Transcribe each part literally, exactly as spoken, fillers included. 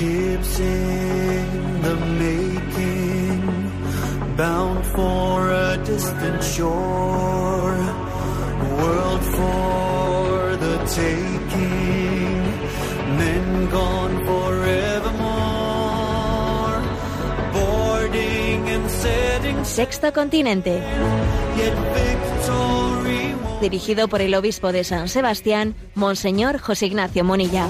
ships in the making, bound for a distant shore, world for the taking, men gone forevermore, boarding and setting. Sexto Continente. Yet victory won't. Dirigido por el obispo de San Sebastián, Monseñor José Ignacio Munilla.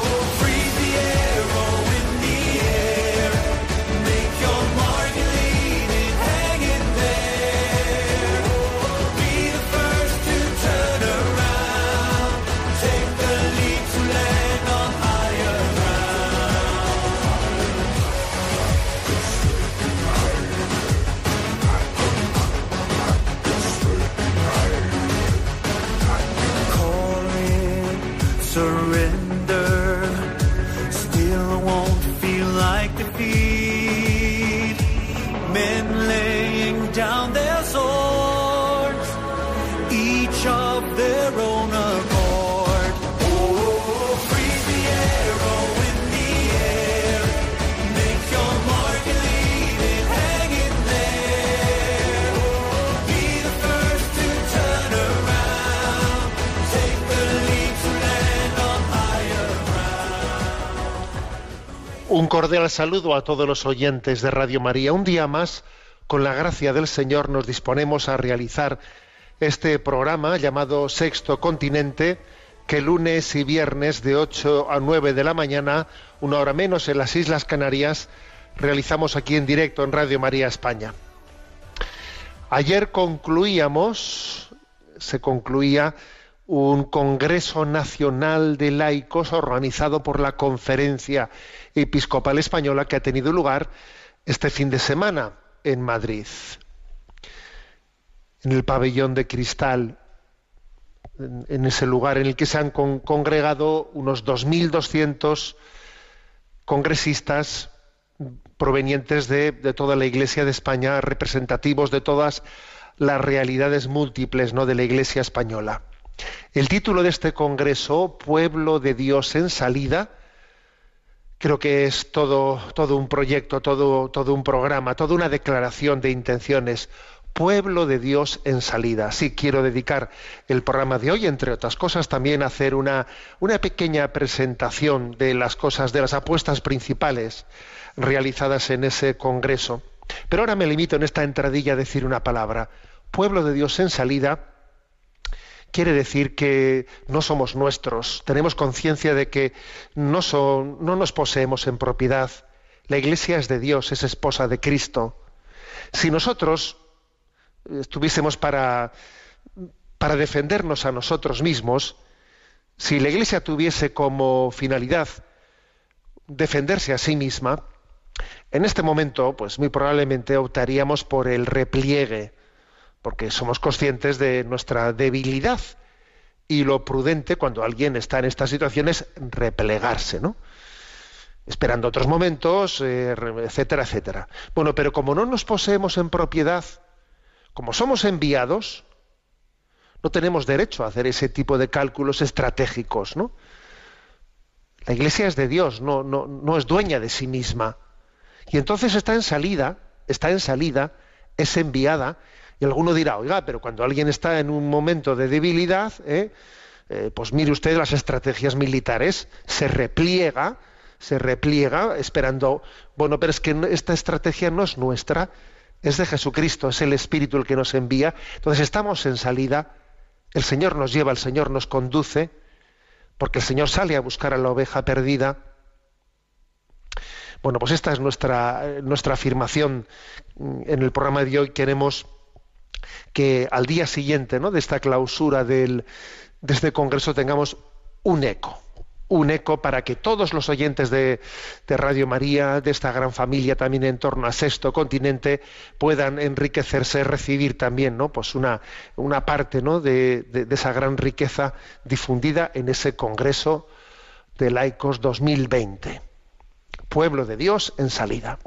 Un cordial saludo a todos los oyentes de Radio María. Un día más, con la gracia del Señor, nos disponemos a realizar este programa llamado Sexto Continente, que lunes y viernes de ocho a nueve de la mañana, una hora menos en las Islas Canarias, realizamos aquí en directo en Radio María España. Ayer concluíamos, se concluía un Congreso Nacional de Laicos organizado por la Conferencia Episcopal Española, que ha tenido lugar este fin de semana en Madrid, en el pabellón de cristal, en, en ese lugar en el que se han con, congregado unos dos mil doscientos congresistas provenientes de, de toda la Iglesia de España, representativos de todas las realidades múltiples, ¿no?, de la Iglesia española. El título de este congreso, Pueblo de Dios en Salida, creo que es todo, todo un proyecto, todo, todo un programa, toda una declaración de intenciones. Pueblo de Dios en Salida. Sí, quiero dedicar el programa de hoy, entre otras cosas, también a hacer una, una pequeña presentación de las cosas, de las apuestas principales realizadas en ese congreso. Pero ahora me limito en esta entradilla a decir una palabra. Pueblo de Dios en Salida quiere decir que no somos nuestros, tenemos conciencia de que no, son, no nos poseemos en propiedad. La Iglesia es de Dios, es esposa de Cristo. Si nosotros estuviésemos para, para defendernos a nosotros mismos, si la Iglesia tuviese como finalidad defenderse a sí misma, en este momento, pues muy probablemente optaríamos por el repliegue, porque somos conscientes de nuestra debilidad, y lo prudente cuando alguien está en esta situación es replegarse, ¿no? Esperando otros momentos, eh, etcétera, etcétera. Bueno, pero como no nos poseemos en propiedad, como somos enviados, no tenemos derecho a hacer ese tipo de cálculos estratégicos, ¿no? La Iglesia es de Dios, no, no, no es dueña de sí misma. Y entonces está en salida, está en salida, es enviada. Y alguno dirá, oiga, pero cuando alguien está en un momento de debilidad, ¿eh? Eh, pues mire usted las estrategias militares, se repliega, se repliega esperando, bueno, pero es que esta estrategia no es nuestra, es de Jesucristo, es el Espíritu el que nos envía. Entonces estamos en salida, el Señor nos lleva, el Señor nos conduce, porque el Señor sale a buscar a la oveja perdida. Bueno, pues esta es nuestra, nuestra afirmación. En el programa de hoy queremos que al día siguiente, ¿no?, de esta clausura del, de este congreso tengamos un eco, un eco para que todos los oyentes de, de Radio María, de esta gran familia también en torno a Sexto Continente, puedan enriquecerse, recibir también, ¿no?, pues una, una parte, ¿no?, de, de, de esa gran riqueza difundida en ese Congreso de Laicos dos mil veinte. Pueblo de Dios en Salida.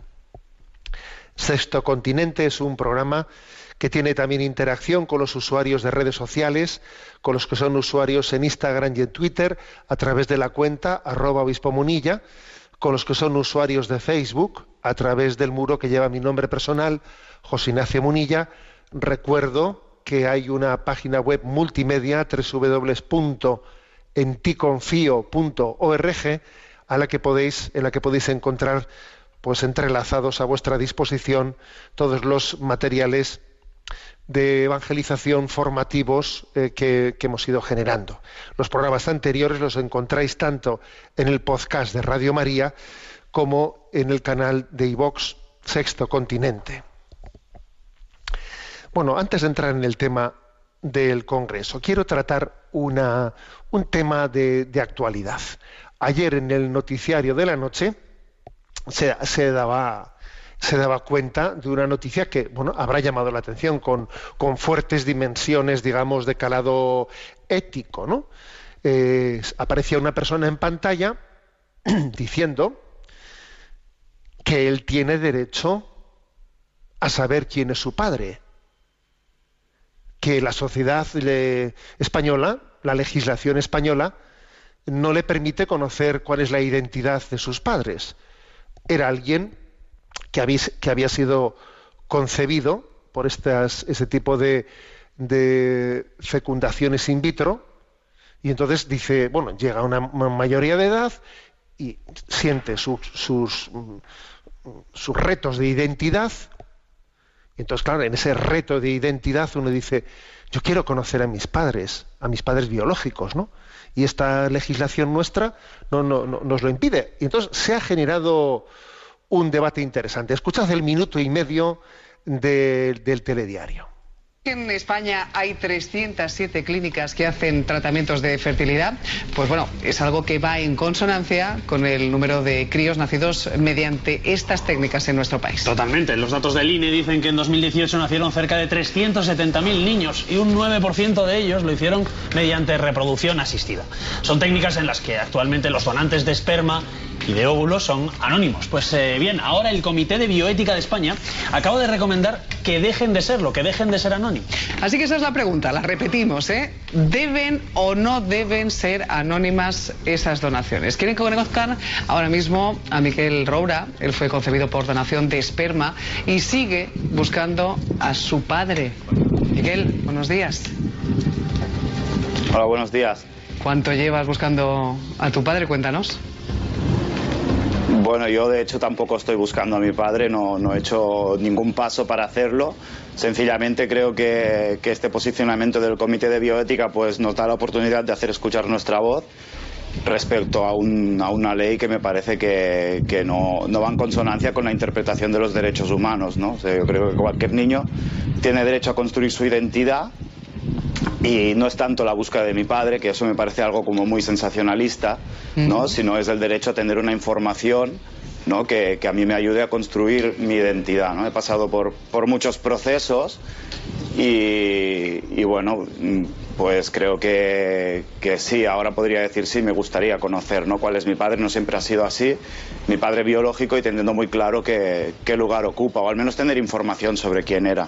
Sexto Continente es un programa que tiene también interacción con los usuarios de redes sociales, con los que son usuarios en Instagram y en Twitter, a través de la cuenta arroba obispo munilla, con los que son usuarios de Facebook, a través del muro que lleva mi nombre personal, José Ignacio Munilla. Recuerdo que hay una página web multimedia, doble u doble u doble u punto en ti confío punto org, a la que podéis, en la que podéis encontrar, pues entrelazados a vuestra disposición, todos los materiales de evangelización formativos eh, que, que hemos ido generando. Los programas anteriores los encontráis tanto en el podcast de Radio María como en el canal de iVox Sexto Continente. Bueno, antes de entrar en el tema del Congreso, quiero tratar una, un tema de, de actualidad. Ayer en el noticiario de la noche se, se daba... se daba cuenta de una noticia que, bueno, habrá llamado la atención con, con fuertes dimensiones, digamos, de calado ético, ¿no? Eh, aparecía una persona en pantalla diciendo que él tiene derecho a saber quién es su padre, que la sociedad le, española, la legislación española, no le permite conocer cuál es la identidad de sus padres. Era alguien que había, que había sido concebido por estas, ese tipo de, de fecundaciones in vitro, y entonces dice, bueno, llega a una mayoría de edad y siente sus, sus, sus retos de identidad, y entonces, claro, en ese reto de identidad uno dice, yo quiero conocer a mis padres, a mis padres biológicos, ¿no? Y esta legislación nuestra no, no, no nos lo impide. Y entonces se ha generado un debate interesante. Escuchad el minuto y medio de, del telediario. En España hay trescientas siete clínicas que hacen tratamientos de fertilidad. Pues bueno, es algo que va en consonancia con el número de críos nacidos mediante estas técnicas en nuestro país. Totalmente. Los datos del I N E dicen que en dos mil dieciocho nacieron cerca de trescientos setenta mil niños y un nueve por ciento de ellos lo hicieron mediante reproducción asistida. Son técnicas en las que actualmente los donantes de esperma y de óvulos son anónimos. Pues eh, bien, ahora el Comité de Bioética de España acaba de recomendar que dejen de serlo, que dejen de ser anónimos. Así que esa es la pregunta, la repetimos, ¿eh? ¿Deben o no deben ser anónimas esas donaciones? ¿Quieren que conozcan ahora mismo a Miquel Roura? Él fue concebido por donación de esperma y sigue buscando a su padre. Miquel, buenos días. Hola, buenos días. ¿Cuánto llevas buscando a tu padre? Cuéntanos. Bueno, yo de hecho tampoco estoy buscando a mi padre, no, no he hecho ningún paso para hacerlo. Sencillamente creo que, que este posicionamiento del Comité de Bioética pues nos da la oportunidad de hacer escuchar nuestra voz respecto a, un, a una ley que me parece que, que no, no va en consonancia con la interpretación de los derechos humanos, ¿no? O sea, yo creo que cualquier niño tiene derecho a construir su identidad. Y no es tanto la búsqueda de mi padre, que eso me parece algo como muy sensacionalista, ¿no? Mm. Sino es el derecho a tener una información, ¿no? que, que a mí me ayude a construir mi identidad, ¿no? He pasado por, por muchos procesos y, y bueno, pues creo que, que sí, ahora podría decir sí, me gustaría conocer, ¿no? cuál es mi padre. No siempre ha sido así, mi padre biológico, y teniendo muy claro qué, qué lugar ocupa, o al menos tener información sobre quién era.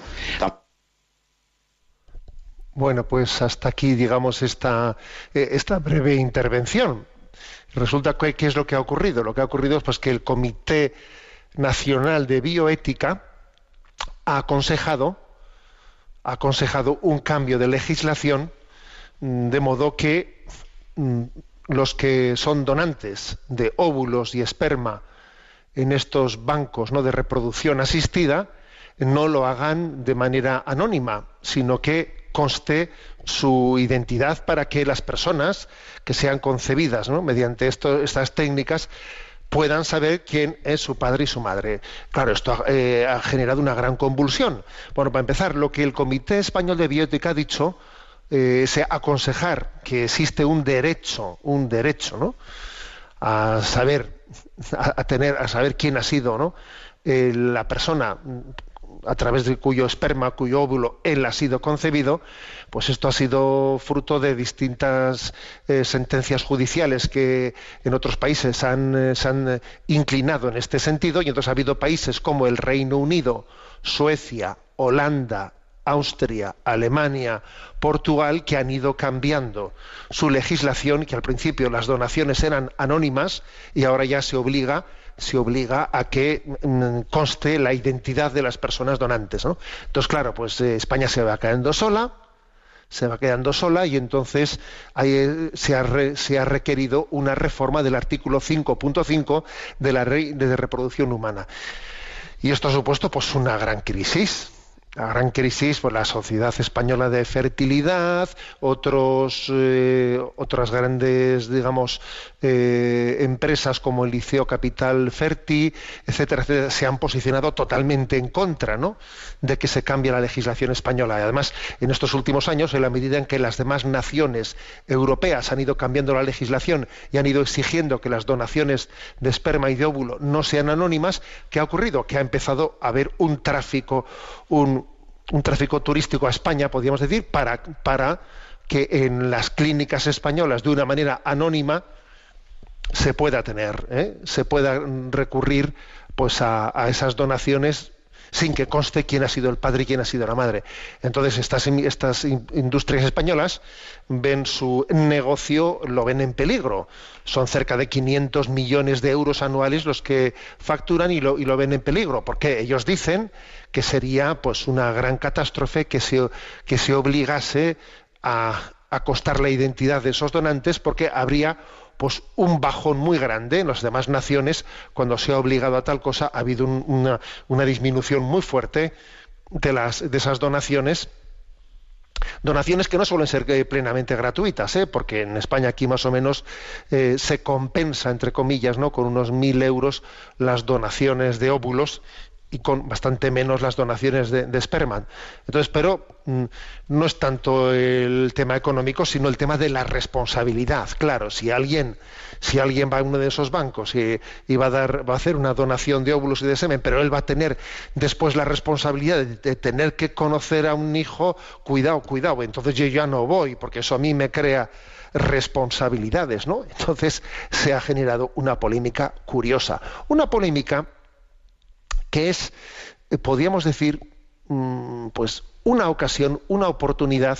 Bueno, pues hasta aquí, digamos, esta, esta breve intervención. Resulta que, ¿qué es lo que ha ocurrido? Lo que ha ocurrido es pues, que el Comité Nacional de Bioética ha aconsejado, ha aconsejado un cambio de legislación de modo que los que son donantes de óvulos y esperma en estos bancos, ¿no?, de reproducción asistida no lo hagan de manera anónima, sino que conste su identidad para que las personas que sean concebidas, ¿no?, mediante esto, estas técnicas puedan saber quién es su padre y su madre. Claro, esto ha, eh, ha generado una gran convulsión. Bueno, para empezar, lo que el Comité Español de Bioética ha dicho eh, es aconsejar que existe un derecho, un derecho, ¿no?, a saber, a, a tener, a saber quién ha sido, ¿no?, eh, la persona a través de cuyo esperma, cuyo óvulo él ha sido concebido. Pues esto ha sido fruto de distintas eh, sentencias judiciales que en otros países han, eh, se han inclinado en este sentido, y entonces ha habido países como el Reino Unido, Suecia, Holanda, Austria, Alemania, Portugal, que han ido cambiando su legislación, que al principio las donaciones eran anónimas y ahora ya se obliga, se obliga a que mm, conste la identidad de las personas donantes, ¿no? Entonces, claro, pues eh, España se va quedando sola, se va quedando sola y entonces hay, eh, se, ha re, se ha requerido una reforma del artículo cinco punto cinco de la Ley de Reproducción Humana. Y esto ha supuesto pues una gran crisis. La gran crisis, pues la Sociedad Española de Fertilidad, otros, eh, otras grandes, digamos, eh, empresas como el Liceo Capital Ferti, etcétera, etcétera, se han posicionado totalmente en contra, ¿no?, de que se cambie la legislación española. Y además, en estos últimos años, en la medida en que las demás naciones europeas han ido cambiando la legislación y han ido exigiendo que las donaciones de esperma y de óvulo no sean anónimas, ¿qué ha ocurrido? Que ha empezado a haber un tráfico, un un tráfico turístico a España, podríamos decir, para, para que en las clínicas españolas, de una manera anónima, se pueda tener, ¿eh? se pueda recurrir pues a, a esas donaciones sin que conste quién ha sido el padre y quién ha sido la madre. Entonces estas, estas industrias españolas ven su negocio, lo ven en peligro. Son cerca de quinientos millones de euros anuales los que facturan y lo, y lo ven en peligro, porque ellos dicen que sería pues una gran catástrofe que se, que se obligase a, a costar la identidad de esos donantes, porque habría pues un bajón muy grande en las demás naciones. Cuando se ha obligado a tal cosa, ha habido un, una, una disminución muy fuerte de, las, de esas donaciones. Donaciones que no suelen ser plenamente gratuitas, ¿eh? Porque en España aquí más o menos eh, se compensa, entre comillas, ¿no?, con unos mil euros las donaciones de óvulos y con bastante menos las donaciones de, de esperma. Entonces, pero mm, no es tanto el tema económico, sino el tema de la responsabilidad. Claro, si alguien, si alguien va a uno de esos bancos y, y va a dar, va a hacer una donación de óvulos y de semen, pero él va a tener después la responsabilidad de, de tener que conocer a un hijo, cuidado, cuidado, entonces yo ya no voy, porque eso a mí me crea responsabilidades, ¿no? Entonces se ha generado una polémica curiosa, una polémica que es, podríamos decir, pues una ocasión, una oportunidad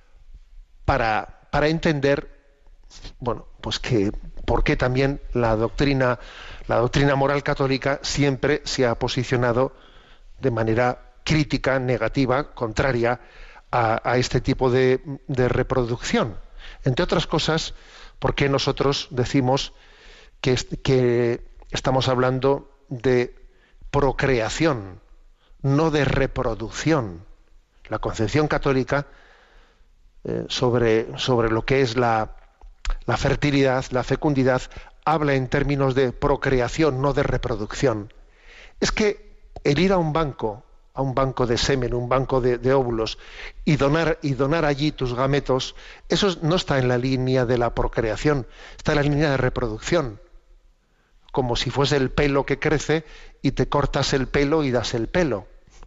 para, para entender, bueno, pues que por qué también la doctrina, la doctrina moral católica siempre se ha posicionado de manera crítica, negativa, contraria a, a este tipo de, de reproducción. Entre otras cosas, por qué nosotros decimos que, que estamos hablando de procreación, no de reproducción. La concepción católica eh, sobre, sobre lo que es la, la fertilidad, la fecundidad, habla en términos de procreación, no de reproducción. Es que el ir a un banco, a un banco de semen, un banco de, de óvulos, y donar, y donar allí tus gametos, eso no está en la línea de la procreación, está en la línea de reproducción. Como si fuese el pelo que crece y te cortas el pelo y das el pelo.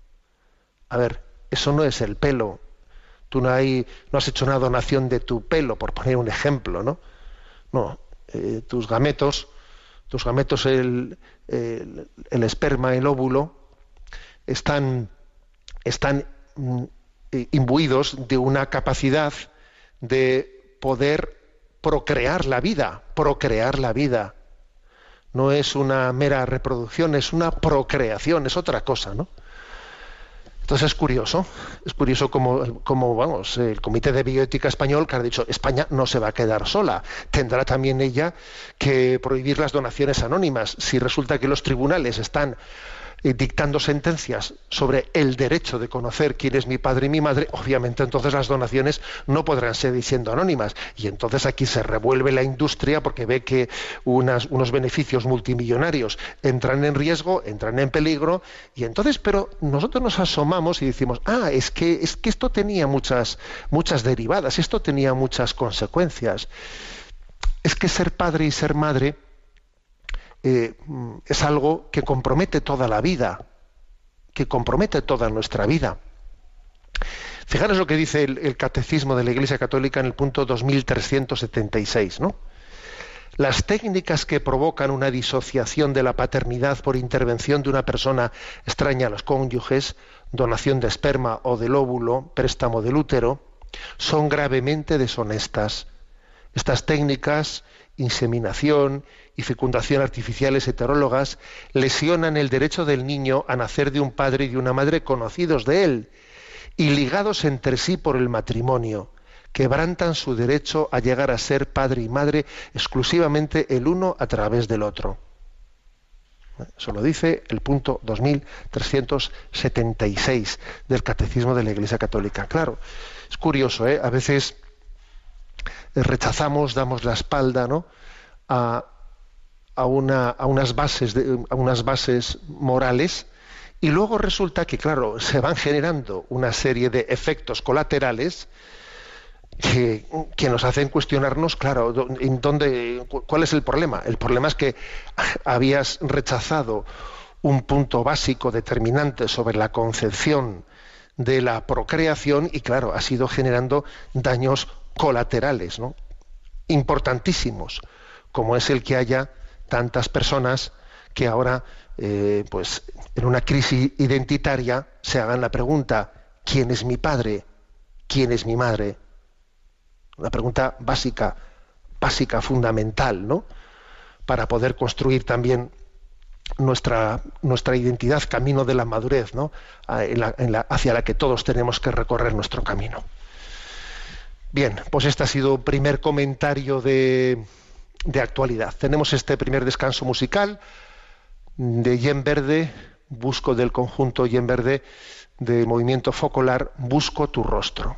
A ver, eso no es el pelo. Tú no, hay, no has hecho una donación de tu pelo, por poner un ejemplo, ¿no? No, eh, tus gametos, tus gametos, el, el, el esperma, el óvulo, están, están mm, imbuidos de una capacidad de poder procrear la vida, procrear la vida. No es una mera reproducción, es una procreación, es otra cosa, ¿no? Entonces es curioso, es curioso como, como vamos, el Comité de Bioética Español, que ha dicho, España no se va a quedar sola, tendrá también ella que prohibir las donaciones anónimas. Si resulta que los tribunales están dictando sentencias sobre el derecho de conocer quién es mi padre y mi madre, obviamente entonces las donaciones no podrán seguir siendo anónimas. Y entonces aquí se revuelve la industria porque ve que unas, unos beneficios multimillonarios entran en riesgo, entran en peligro, y entonces, pero nosotros nos asomamos y decimos, ah, es que, es que esto tenía muchas, muchas derivadas, esto tenía muchas consecuencias. Es que ser padre y ser madre Eh, es algo que compromete toda la vida, que compromete toda nuestra vida. Fijaros lo que dice el, el Catecismo de la Iglesia Católica en el punto dos mil trescientos setenta y seis, ¿no? Las técnicas que provocan una disociación de la paternidad por intervención de una persona extraña a los cónyuges donación de esperma o del óvulo, préstamo del útero, son gravemente deshonestas. Estas técnicas, inseminación y fecundación artificiales heterólogas, lesionan el derecho del niño a nacer de un padre y de una madre conocidos de él y ligados entre sí por el matrimonio. Quebrantan su derecho a llegar a ser padre y madre exclusivamente el uno a través del otro. Eso lo dice el punto dos mil trescientos setenta y seis del Catecismo de la Iglesia Católica. Claro, es curioso, ¿eh? A veces rechazamos, damos la espalda, ¿no?, a, a, una, a, unas bases de, a unas bases morales, y luego resulta que, claro, se van generando una serie de efectos colaterales que, que nos hacen cuestionarnos, claro, en dónde, cuál es el problema. El problema es que habías rechazado un punto básico determinante sobre la concepción de la procreación y, claro, has ido generando daños colaterales, ¿no?, importantísimos, como es el que haya tantas personas que ahora, eh, pues, en una crisis identitaria se hagan la pregunta: ¿quién es mi padre? ¿Quién es mi madre? Una pregunta básica, básica, fundamental, ¿no?, para poder construir también nuestra, nuestra identidad, camino de la madurez, ¿no?, en la, en la, hacia la que todos tenemos que recorrer nuestro camino. Bien, pues este ha sido el primer comentario de, de actualidad. Tenemos este primer descanso musical de Yen Verde, busco del conjunto Yen Verde de Movimiento Focolar, Busco tu rostro.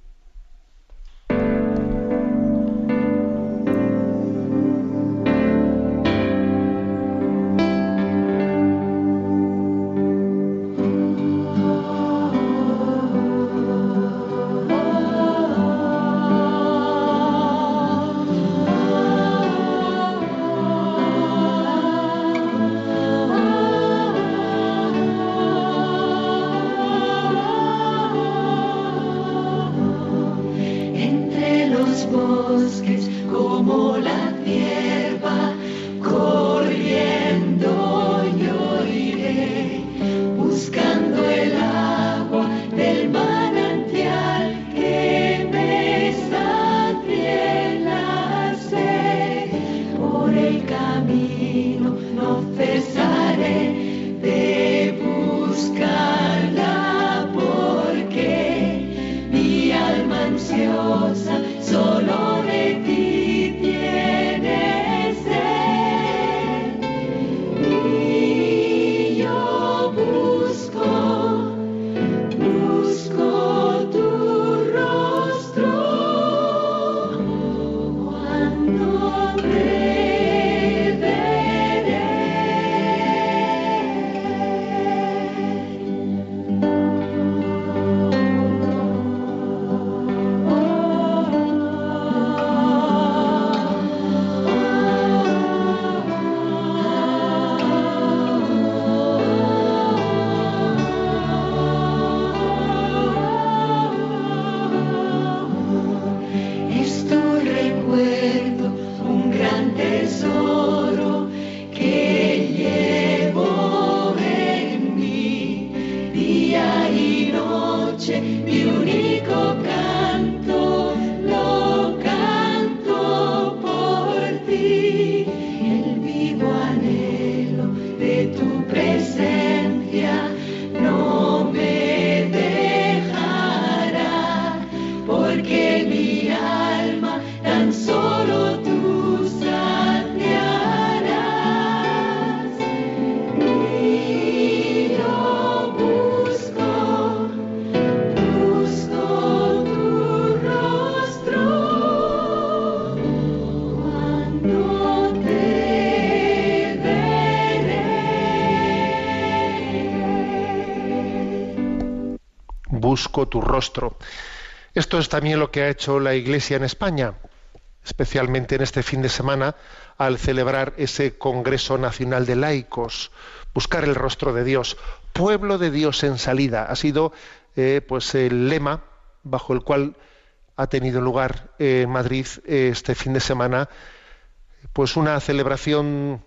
Busco tu rostro. Esto es también lo que ha hecho la Iglesia en España, especialmente en este fin de semana, al celebrar ese Congreso Nacional de Laicos. Buscar el rostro de Dios, pueblo de Dios en salida, ha sido eh, pues el lema bajo el cual ha tenido lugar eh, en Madrid eh, este fin de semana, pues una celebración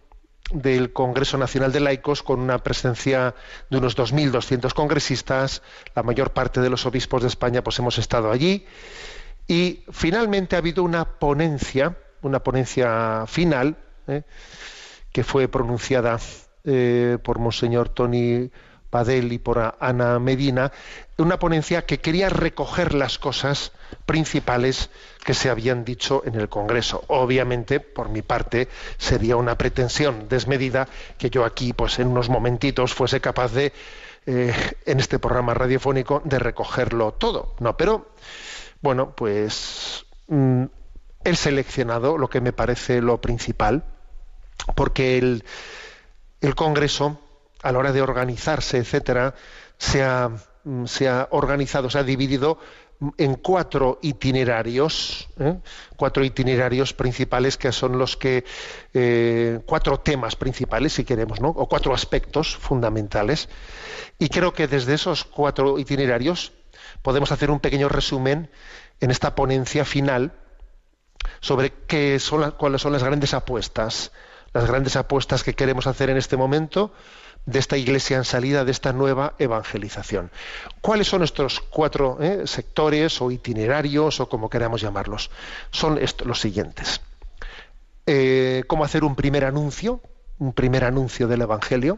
del Congreso Nacional de Laicos, con una presencia de unos dos mil doscientos congresistas. La mayor parte de los obispos de España pues hemos estado allí, y finalmente ha habido una ponencia, una ponencia final, ¿eh? que fue pronunciada eh, por Monseñor Tony Padel y por Ana Medina, una ponencia que quería recoger las cosas principales que se habían dicho en el Congreso. Obviamente, por mi parte, sería una pretensión desmedida que yo aquí, pues en unos momentitos, fuese capaz de, eh, en este programa radiofónico, de recogerlo todo. No, pero, bueno, pues mmm, he seleccionado lo que me parece lo principal, porque el, el Congreso, a la hora de organizarse, etcétera, se ha, se ha organizado, se ha dividido en cuatro itinerarios, ¿eh? cuatro itinerarios principales, que son los que, eh, cuatro temas principales, si queremos, ¿no? O cuatro aspectos fundamentales. Y creo que desde esos cuatro itinerarios podemos hacer un pequeño resumen en esta ponencia final sobre qué son las, cuáles son las grandes apuestas, las grandes apuestas que queremos hacer en este momento de esta Iglesia en salida, de esta nueva evangelización. ¿Cuáles son estos cuatro eh, sectores o itinerarios, o como queramos llamarlos? Son estos, los siguientes. Eh, ¿Cómo hacer un primer anuncio? Un primer anuncio del Evangelio.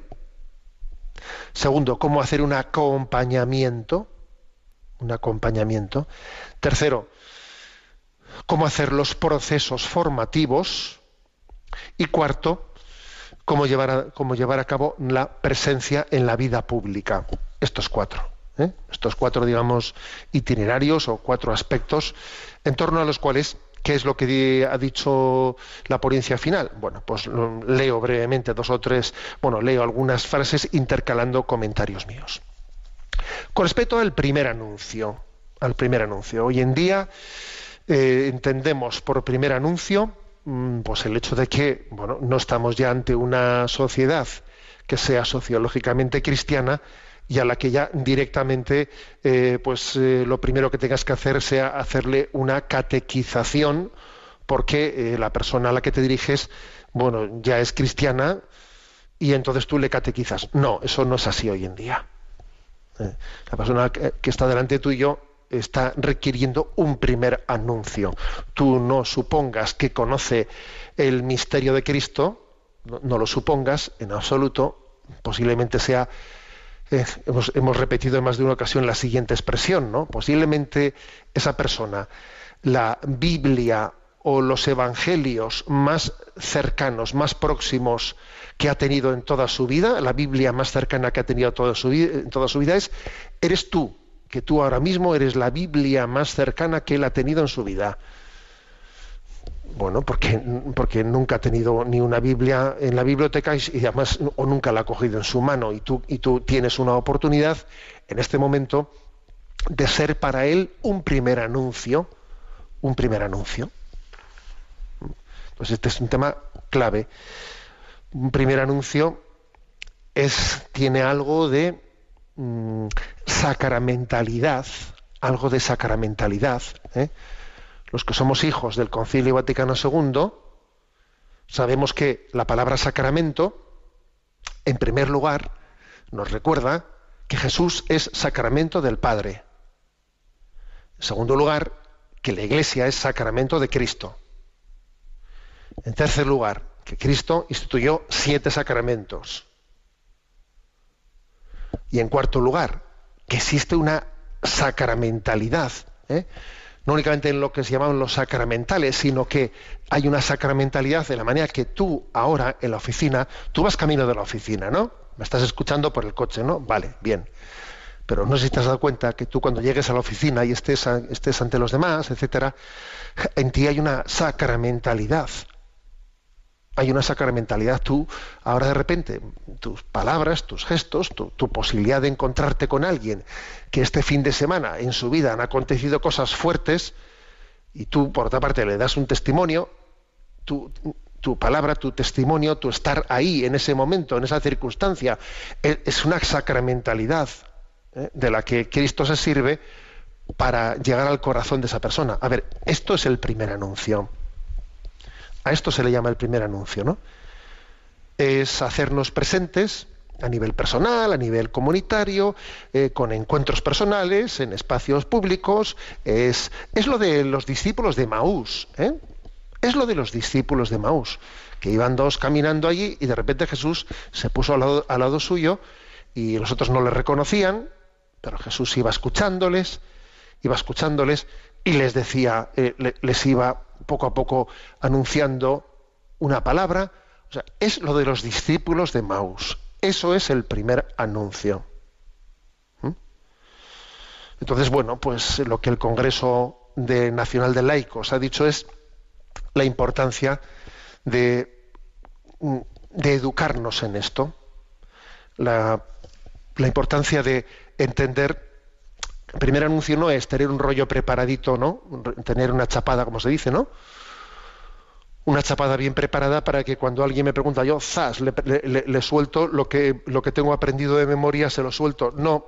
Segundo, ¿cómo hacer un acompañamiento? Un acompañamiento. Tercero, ¿cómo hacer los procesos formativos? Y cuarto, Cómo llevar, a, cómo llevar a cabo la presencia en la vida pública. Estos cuatro, ¿eh? estos cuatro, digamos, itinerarios o cuatro aspectos en torno a los cuales, ¿qué es lo que ha dicho la ponencia final? Bueno, pues lo, leo brevemente dos o tres, bueno, leo algunas frases intercalando comentarios míos. Con respecto al primer anuncio, al primer anuncio, hoy en día eh, entendemos por primer anuncio pues el hecho de que, bueno, no estamos ya ante una sociedad que sea sociológicamente cristiana y a la que ya directamente eh, pues eh, lo primero que tengas que hacer sea hacerle una catequización, porque eh, la persona a la que te diriges, bueno, ya es cristiana y entonces tú le catequizas. No, eso no es así hoy en día. Eh, la persona que, que está delante tuyo está requiriendo un primer anuncio. Tú no supongas que conoce el misterio de Cristo, no, no lo supongas en absoluto. Posiblemente sea, eh, hemos, hemos repetido en más de una ocasión la siguiente expresión, ¿no? Posiblemente esa persona, la Biblia o los evangelios más cercanos, más próximos que ha tenido en toda su vida, la Biblia más cercana que ha tenido toda su vida, en toda su vida es, eres tú, que tú ahora mismo eres la Biblia más cercana que él ha tenido en su vida. Bueno, porque, porque nunca ha tenido ni una Biblia en la biblioteca y además o nunca la ha cogido en su mano, y tú, y tú tienes una oportunidad en este momento de ser para él un primer anuncio, un primer anuncio. Pues este es un tema clave. Un primer anuncio es, tiene algo de mmm, sacramentalidad, algo de sacramentalidad. ¿eh? Los que somos hijos del Concilio Vaticano segundo sabemos que la palabra sacramento, en primer lugar, nos recuerda que Jesús es sacramento del Padre. En segundo lugar, que la Iglesia es sacramento de Cristo. En tercer lugar, que Cristo instituyó siete sacramentos. Y en cuarto lugar, que existe una sacramentalidad, ¿eh? no únicamente en lo que se llaman los sacramentales, sino que hay una sacramentalidad de la manera que tú ahora en la oficina, tú vas camino de la oficina, ¿no? Me estás escuchando por el coche, ¿no? Vale, bien. Pero no sé si te has dado cuenta que tú cuando llegues a la oficina y estés, a, estés ante los demás, etcétera, en ti hay una sacramentalidad. Hay una sacramentalidad. Tú, ahora de repente, tus palabras, tus gestos, tu, tu posibilidad de encontrarte con alguien que este fin de semana en su vida han acontecido cosas fuertes y tú, por otra parte, le das un testimonio, tu, tu palabra, tu testimonio, tu estar ahí en ese momento, en esa circunstancia, es una sacramentalidad ¿eh? de la que Cristo se sirve para llegar al corazón de esa persona. A ver, esto es el primer anuncio. A esto se le llama el primer anuncio, ¿no? es hacernos presentes a nivel personal, a nivel comunitario, eh, con encuentros personales, en espacios públicos. Es, es lo de los discípulos de Maús, ¿eh? Es lo de los discípulos de Maús, que iban dos caminando allí y de repente Jesús se puso al lado, al lado suyo y los otros no le reconocían, pero Jesús iba escuchándoles, iba escuchándoles y les decía, eh, le, les iba poco a poco anunciando una palabra. O sea, es lo de los discípulos de Maús. Eso es el primer anuncio. ¿Mm? Entonces, bueno, pues lo que el Congreso de Nacional de Laicos ha dicho es la importancia de, de educarnos en esto, la, la importancia de entender. El primer anuncio no es tener un rollo preparadito, ¿no? Tener una chapada, como se dice, ¿no? Una chapada bien preparada para que cuando alguien me pregunta, yo, zas, le, le, le suelto lo que, lo que tengo aprendido de memoria, se lo suelto. No.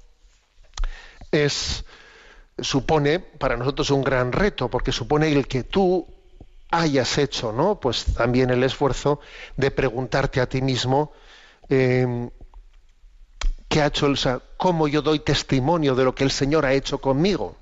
Es, supone para nosotros un gran reto, porque supone el que tú hayas hecho, ¿no? Pues también el esfuerzo de preguntarte a ti mismo, eh, ¿qué ha hecho? O sea, ¿cómo yo doy testimonio de lo que el Señor ha hecho conmigo?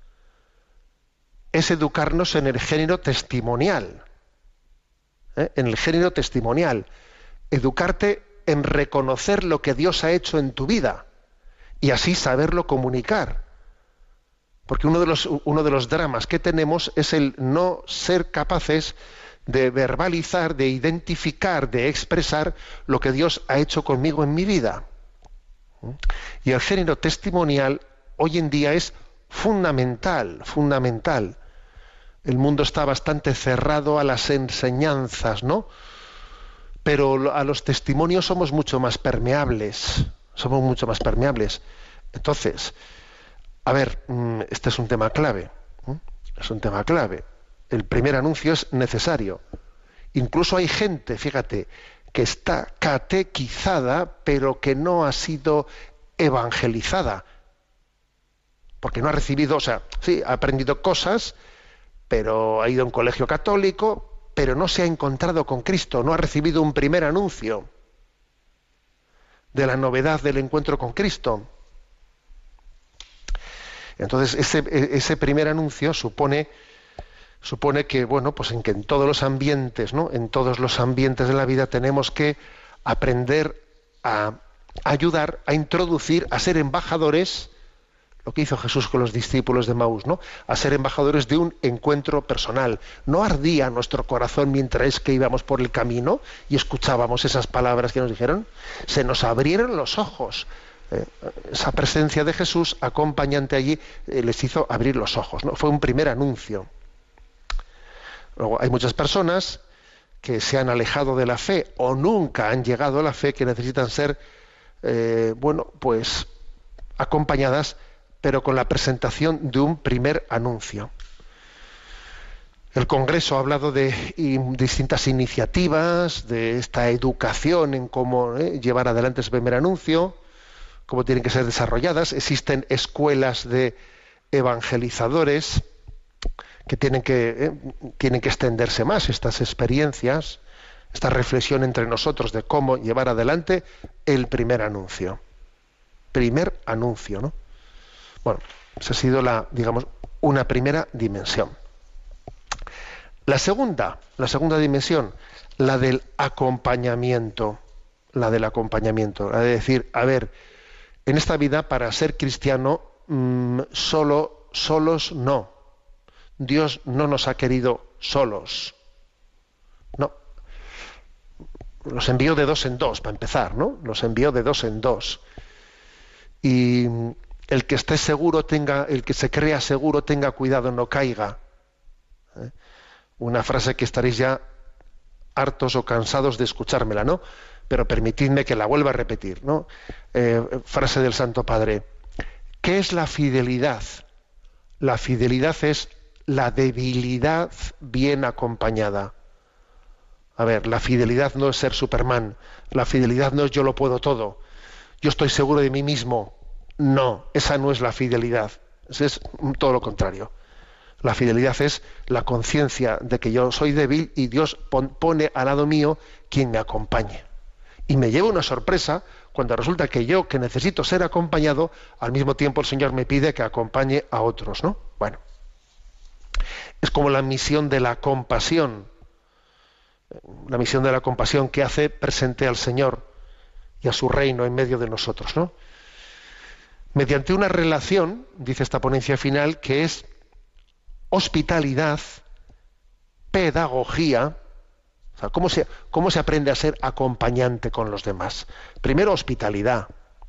Es educarnos en el género testimonial. ¿Eh? En el género testimonial. Educarte en reconocer lo que Dios ha hecho en tu vida y así saberlo comunicar. Porque uno de los, uno de los dramas que tenemos es el no ser capaces de verbalizar, de identificar, de expresar lo que Dios ha hecho conmigo en mi vida. Y el género testimonial hoy en día es fundamental, fundamental. El mundo está bastante cerrado a las enseñanzas, ¿no? Pero a los testimonios somos mucho más permeables, somos mucho más permeables. Entonces, a ver, este es un tema clave, ¿eh? Es un tema clave. El primer anuncio es necesario. Incluso hay gente, fíjate, que está catequizada, pero que no ha sido evangelizada. Porque no ha recibido, o sea, sí, ha aprendido cosas, pero ha ido a un colegio católico, pero no se ha encontrado con Cristo, no ha recibido un primer anuncio de la novedad del encuentro con Cristo. Entonces, ese, ese primer anuncio supone, supone que, bueno, pues en que en todos los ambientes, ¿no? En todos los ambientes de la vida tenemos que aprender a ayudar, a introducir, a ser embajadores, lo que hizo Jesús con los discípulos de Maús, ¿no? A ser embajadores de un encuentro personal. No ardía nuestro corazón mientras que íbamos por el camino y escuchábamos esas palabras que nos dijeron. Se nos abrieron los ojos. Eh, esa presencia de Jesús acompañante allí eh, les hizo abrir los ojos, ¿no? Fue un primer anuncio. Luego hay muchas personas que se han alejado de la fe o nunca han llegado a la fe, que necesitan ser, eh, bueno, pues acompañadas, pero con la presentación de un primer anuncio. El Congreso ha hablado de distintas iniciativas, de esta educación en cómo eh, llevar adelante ese primer anuncio, cómo tienen que ser desarrolladas. Existen escuelas de evangelizadores que tienen que, eh, tienen que extenderse más estas experiencias, esta reflexión entre nosotros de cómo llevar adelante el primer anuncio. Primer anuncio, ¿no? Bueno, esa ha sido la, digamos, una primera dimensión. La segunda, la segunda dimensión, la del acompañamiento, la del acompañamiento, la de decir, a ver, en esta vida para ser cristiano mmm, solo, solos no. Dios no nos ha querido solos. No. Los envió de dos en dos, para empezar, ¿no? Los envió de dos en dos. Y el que esté seguro tenga, el que se crea seguro tenga cuidado, no caiga. ¿Eh? Una frase que estaréis ya hartos o cansados de escuchármela, ¿no? Pero permitidme que la vuelva a repetir, ¿no? Eh, frase del Santo Padre. ¿Qué es la fidelidad? La fidelidad es la debilidad bien acompañada. A ver, la fidelidad no es ser Superman, la fidelidad no es yo lo puedo todo, yo estoy seguro de mí mismo. No, esa no es la fidelidad, es todo lo contrario. La fidelidad es la conciencia de que yo soy débil y Dios pon, pone al lado mío quien me acompañe. Y me lleva una sorpresa cuando resulta que yo, que necesito ser acompañado, al mismo tiempo el Señor me pide que acompañe a otros, ¿no? Bueno, es como la misión de la compasión, la misión de la compasión que hace presente al Señor y a su reino en medio de nosotros, ¿no? Mediante una relación, dice esta ponencia final, que es hospitalidad, pedagogía. O sea, ¿cómo se, cómo se aprende a ser acompañante con los demás? Primero, hospitalidad.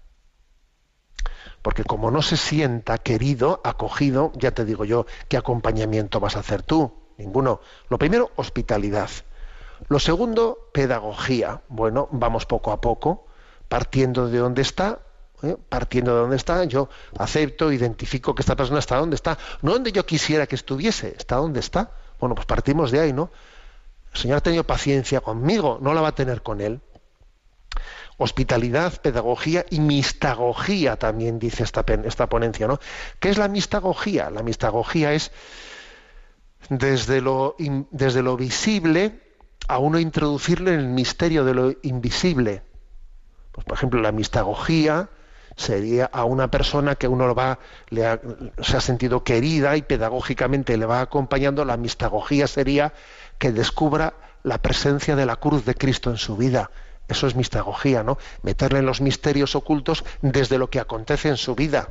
Porque como no se sienta querido, acogido, ya te digo yo, ¿qué acompañamiento vas a hacer tú? Ninguno. Lo primero, hospitalidad. Lo segundo, pedagogía. Bueno, vamos poco a poco, partiendo de dónde está, ¿eh? partiendo de dónde está, yo acepto, identifico que esta persona está donde está, no donde yo quisiera que estuviese, está donde está. Bueno, pues partimos de ahí, ¿no? El Señor ha tenido paciencia conmigo, no la va a tener con él. Hospitalidad, pedagogía y mistagogía también dice esta, esta ponencia, ¿no? ¿Qué es la mistagogía? La mistagogía es desde lo, desde lo visible a uno introducirle en el misterio de lo invisible. Pues, por ejemplo, la mistagogía sería a una persona que uno lo va, le ha, se ha sentido querida y pedagógicamente le va acompañando. La mistagogía sería que descubra la presencia de la cruz de Cristo en su vida. Eso es mistagogía, ¿no? Meterle en los misterios ocultos desde lo que acontece en su vida.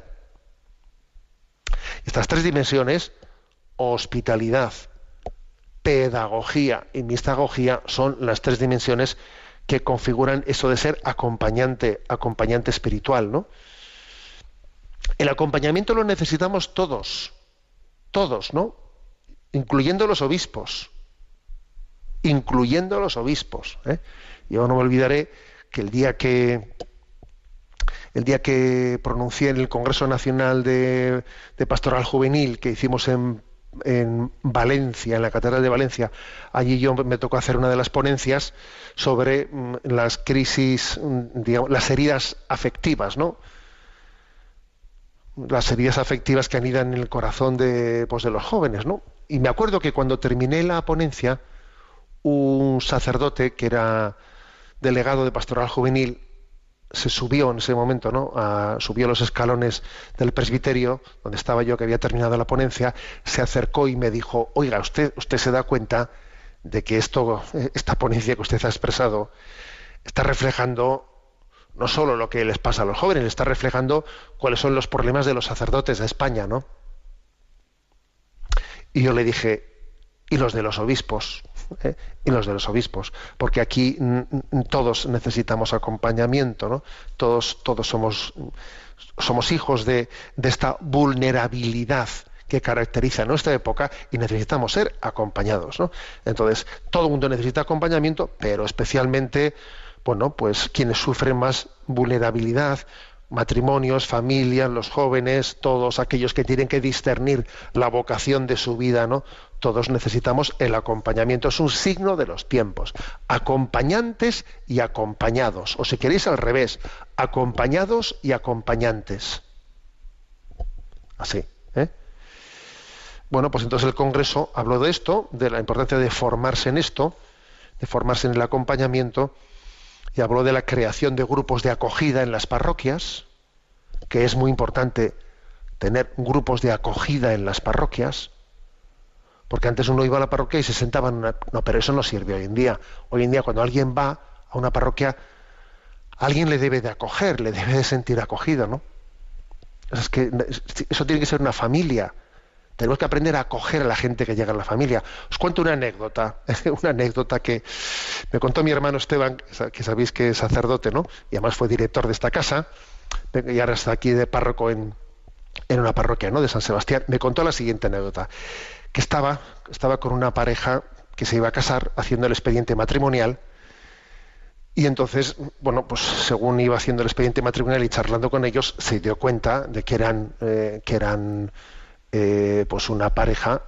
Estas tres dimensiones, hospitalidad, pedagogía y mistagogía, son las tres dimensiones que configuran eso de ser acompañante, acompañante espiritual, ¿no? El acompañamiento lo necesitamos todos, todos, ¿no? Incluyendo los obispos, incluyendo los obispos, ¿eh? Yo no me olvidaré que el día que el día que pronuncié en el Congreso Nacional de, de Pastoral Juvenil que hicimos en, en Valencia, en la Catedral de Valencia, allí yo me tocó hacer una de las ponencias sobre mm, las crisis, digamos, las heridas afectivas, ¿no? Las heridas afectivas que anidan en el corazón de, pues, de los jóvenes, ¿no? Y me acuerdo que cuando terminé la ponencia, un sacerdote que era delegado de Pastoral Juvenil se subió en ese momento, ¿no? A, subió los escalones del presbiterio donde estaba yo, que había terminado la ponencia, se acercó y me dijo: oiga, usted, usted se da cuenta de que esto, esta ponencia que usted ha expresado está reflejando no solo lo que les pasa a los jóvenes, está reflejando cuáles son los problemas de los sacerdotes de España, ¿no? Y yo le dije: y los de los obispos, ¿eh? y los de los obispos, porque aquí n- n- todos necesitamos acompañamiento, ¿no? Todos, todos somos, somos hijos de, de esta vulnerabilidad que caracteriza nuestra época y necesitamos ser acompañados, ¿no? Entonces, todo el mundo necesita acompañamiento, pero especialmente, bueno, pues quienes sufren más vulnerabilidad, matrimonios, familias, los jóvenes, todos aquellos que tienen que discernir la vocación de su vida, ¿no? Todos necesitamos el acompañamiento. Es un signo de los tiempos. Acompañantes y acompañados. O si queréis al revés, acompañados y acompañantes. Así, ¿eh? Bueno, pues entonces el Congreso habló de esto, de la importancia de formarse en esto, de formarse en el acompañamiento, y habló de la creación de grupos de acogida en las parroquias, que es muy importante tener grupos de acogida en las parroquias, porque antes uno iba a la parroquia y se sentaba en una... No, pero eso no sirve hoy en día. Hoy en día, cuando alguien va a una parroquia, alguien le debe de acoger, le debe de sentir acogido, ¿no? Es que eso tiene que ser una familia. Tenemos que aprender a acoger a la gente que llega a la familia. Os cuento una anécdota, una anécdota que me contó mi hermano Esteban, que sabéis que es sacerdote, ¿no? Y además fue director de esta casa, y ahora está aquí de párroco en, en una parroquia, ¿no?, de San Sebastián. Me contó la siguiente anécdota, que estaba, estaba con una pareja que se iba a casar, haciendo el expediente matrimonial, y entonces, bueno, pues según iba haciendo el expediente matrimonial y charlando con ellos, se dio cuenta de que eran, eh, que eran Eh, pues una pareja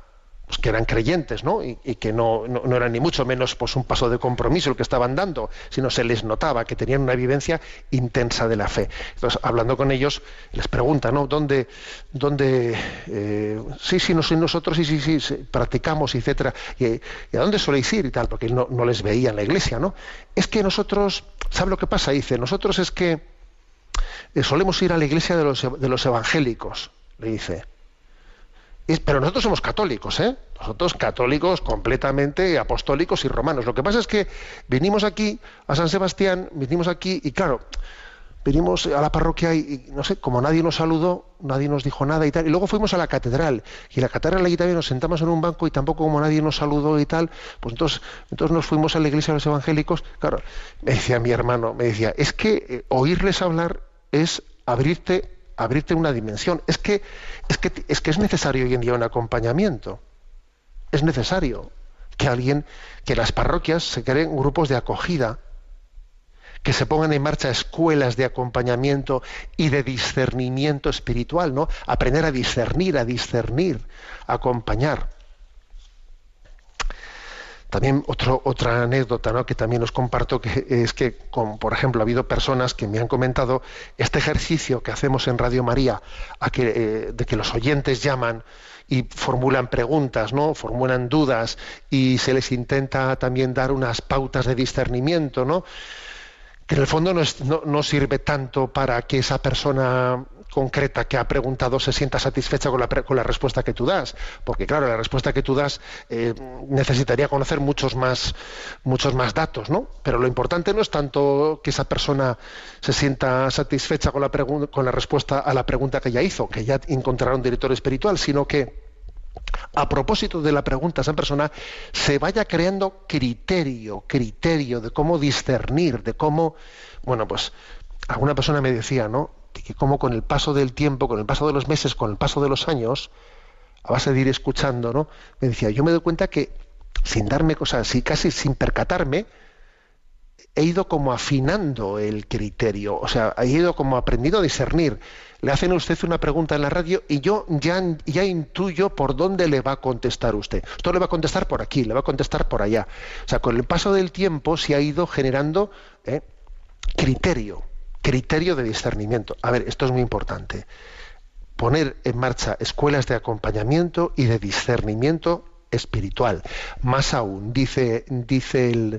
pues que eran creyentes, ¿no? Y, y que no, no, no eran ni mucho menos pues un paso de compromiso el que estaban dando, sino se les notaba que tenían una vivencia intensa de la fe. Entonces, hablando con ellos, les pregunta, ¿no? ¿Dónde, dónde eh, sí, sí, no soy nosotros, sí, sí, sí, sí practicamos, etcétera? Y, ¿y a dónde soléis ir y tal? Porque él no, no les veía en la iglesia, ¿no? Es que nosotros, ¿sabe lo que pasa? Dice, nosotros es que eh, solemos ir a la iglesia de los, de los evangélicos, le dice. Pero nosotros somos católicos, ¿eh? Nosotros católicos completamente apostólicos y romanos. Lo que pasa es que vinimos aquí a San Sebastián, vinimos aquí y claro, vinimos a la parroquia y, y no sé, como nadie nos saludó, nadie nos dijo nada y tal. Y luego fuimos a la catedral y en la catedral allí también nos sentamos en un banco y tampoco como nadie nos saludó y tal, pues entonces, entonces nos fuimos a la iglesia de los evangélicos. Claro, me decía mi hermano, me decía, es que eh, oírles hablar es abrirte abrirte una dimensión. Es que, es que es que es necesario hoy en día un acompañamiento. Es necesario que alguien, que las parroquias se creen grupos de acogida, que se pongan en marcha escuelas de acompañamiento y de discernimiento espiritual, ¿no? Aprender a discernir, a discernir, a acompañar. También otro, otra anécdota, ¿no?, que también os comparto, que es que, con, por ejemplo, ha habido personas que me han comentado este ejercicio que hacemos en Radio María, a que, eh, de que los oyentes llaman y formulan preguntas, ¿no?, formulan dudas y se les intenta también dar unas pautas de discernimiento, ¿no?, que en el fondo no, es, no, no sirve tanto para que esa persona concreta que ha preguntado se sienta satisfecha con la, con la respuesta que tú das, porque claro, la respuesta que tú das eh, necesitaría conocer muchos más, muchos más datos, ¿no? Pero lo importante no es tanto que esa persona se sienta satisfecha con la, con la respuesta a la pregunta que ella hizo, que ya encontrará un director espiritual, sino que a propósito de la pregunta, esa persona se vaya creando criterio, criterio de cómo discernir, de cómo, bueno, pues alguna persona me decía, ¿no?, que como con el paso del tiempo, con el paso de los meses, con el paso de los años, a base de ir escuchando, ¿no?, me decía, yo me doy cuenta que sin darme cosas así, casi sin percatarme, he ido como afinando el criterio, o sea, he ido como aprendiendo a discernir. Le hacen a usted una pregunta en la radio y yo ya, ya intuyo por dónde le va a contestar usted. Esto le va a contestar por aquí, le va a contestar por allá. O sea, con el paso del tiempo se ha ido generando ¿eh? criterio, criterio de discernimiento. A ver, esto es muy importante. Poner en marcha escuelas de acompañamiento y de discernimiento espiritual. Más aún, dice, dice el,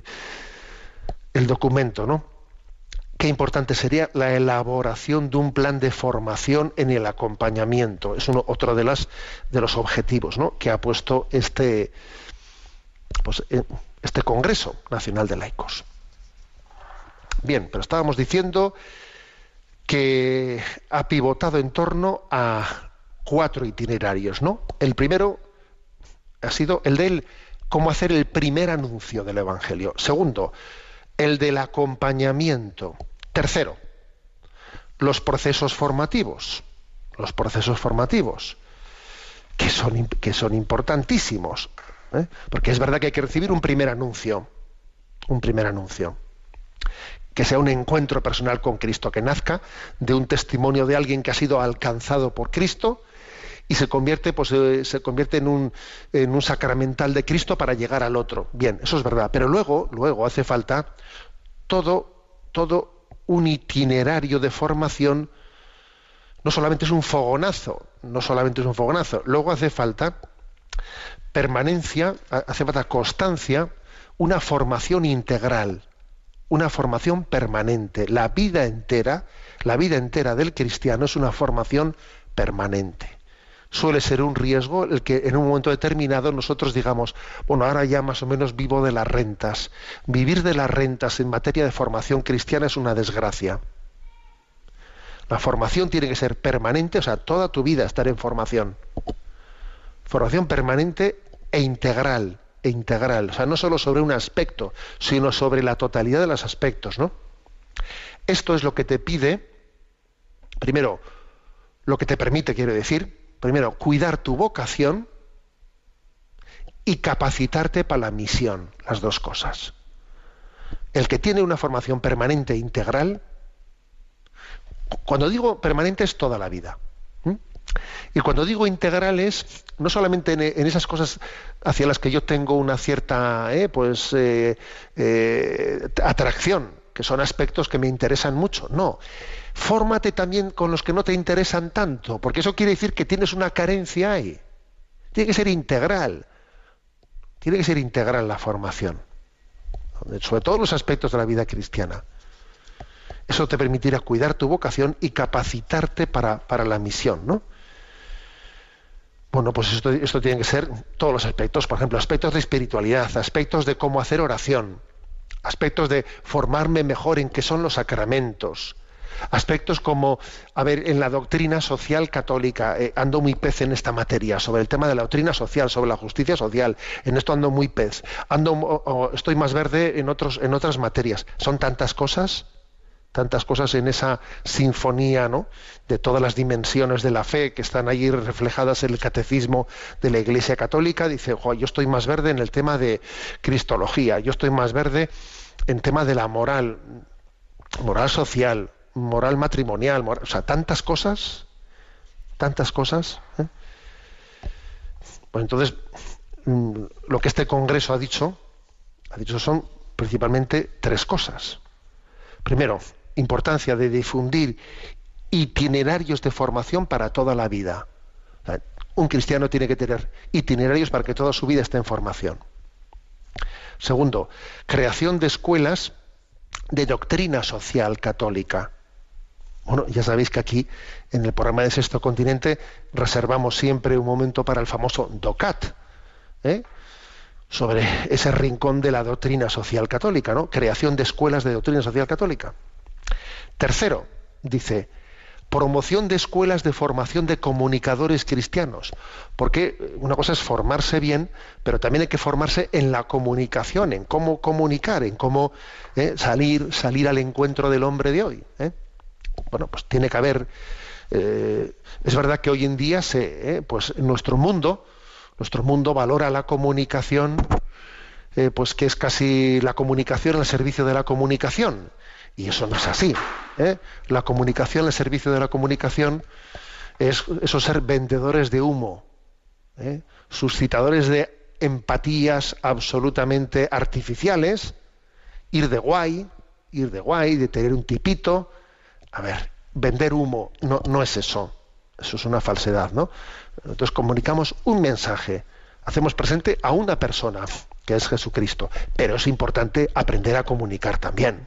el documento, ¿no?, qué importante sería la elaboración de un plan de formación en el acompañamiento. Es uno, otro de, las, de los objetivos, ¿no?, que ha puesto este, pues, este Congreso Nacional de Laicos. Bien, pero estábamos diciendo que ha pivotado en torno a cuatro itinerarios, ¿no? El primero ha sido el del cómo hacer el primer anuncio del Evangelio. Segundo, el del acompañamiento. Tercero, los procesos formativos, los procesos formativos, que son, que son importantísimos, ¿eh? Porque es verdad que hay que recibir un primer anuncio, un primer anuncio, que sea un encuentro personal con Cristo, que nazca de un testimonio de alguien que ha sido alcanzado por Cristo y se convierte, pues, eh, se convierte en un, en un sacramental de Cristo para llegar al otro. Bien, eso es verdad, pero luego, luego hace falta todo, todo un itinerario de formación. No solamente es un fogonazo, no solamente es un fogonazo, luego hace falta permanencia, hace falta constancia, una formación integral, una formación permanente. La vida entera, la vida entera del cristiano es una formación permanente. Suele ser un riesgo el que en un momento determinado nosotros digamos, bueno, ahora ya más o menos vivo de las rentas. Vivir de las rentas en materia de formación cristiana es una desgracia. La formación tiene que ser permanente, o sea, toda tu vida estar en formación. Formación permanente e integral, e integral. O sea, no solo sobre un aspecto, sino sobre la totalidad de los aspectos, ¿no? Esto es lo que te pide, primero, lo que te permite, quiero decir, primero, cuidar tu vocación y capacitarte para la misión, las dos cosas. El que tiene una formación permanente e integral, cuando digo permanente es toda la vida. ¿Mm? Y cuando digo integrales, no solamente en, en esas cosas hacia las que yo tengo una cierta eh, pues, eh, eh, atracción, que son aspectos que me interesan mucho, no. Fórmate también con los que no te interesan tanto, porque eso quiere decir que tienes una carencia ahí. Tiene que ser integral. Tiene que ser integral la formación, sobre todos los aspectos de la vida cristiana. Eso te permitirá cuidar tu vocación y capacitarte para, para la misión, ¿no? Bueno, pues esto, esto tiene que ser todos los aspectos, por ejemplo, aspectos de espiritualidad, aspectos de cómo hacer oración, aspectos de formarme mejor en qué son los sacramentos, aspectos como, a ver, en la doctrina social católica, eh, ando muy pez en esta materia, sobre el tema de la doctrina social, sobre la justicia social, en esto ando muy pez, ando, o, o estoy más verde en, otros, en otras materias. Son tantas cosas, tantas cosas en esa sinfonía, ¿no?, de todas las dimensiones de la fe que están allí reflejadas en el catecismo de la Iglesia Católica. Dice, jo, yo estoy más verde en el tema de cristología, yo estoy más verde en tema de la moral, moral social, moral matrimonial, moral, o sea, tantas cosas, tantas cosas. ¿eh? Pues entonces, lo que este Congreso ha dicho, ha dicho son principalmente tres cosas. Primero, importancia de difundir itinerarios de formación para toda la vida. O sea, un cristiano tiene que tener itinerarios para que toda su vida esté en formación. Segundo, creación de escuelas de doctrina social católica. Bueno, ya sabéis que aquí, en el programa de Sexto Continente, reservamos siempre un momento para el famoso DOCAT, ¿eh? sobre ese rincón de la doctrina social católica, ¿no? Creación de escuelas de doctrina social católica. Tercero, dice, promoción de escuelas de formación de comunicadores cristianos, porque una cosa es formarse bien, pero también hay que formarse en la comunicación, en cómo comunicar, en cómo eh, salir, salir al encuentro del hombre de hoy. ¿eh? Bueno, pues tiene que haber, eh, es verdad que hoy en día se, eh, pues en nuestro mundo, nuestro mundo valora la comunicación, eh, pues que es casi la comunicación al servicio de la comunicación. Y eso no es así. ¿eh? La comunicación al servicio de la comunicación es eso, ser vendedores de humo, ¿eh? suscitadores de empatías absolutamente artificiales, ir de guay, ir de guay, de tener un tipito. A ver, vender humo no, no es eso. Eso es una falsedad, ¿no? Entonces comunicamos un mensaje, hacemos presente a una persona, que es Jesucristo, pero es importante aprender a comunicar también.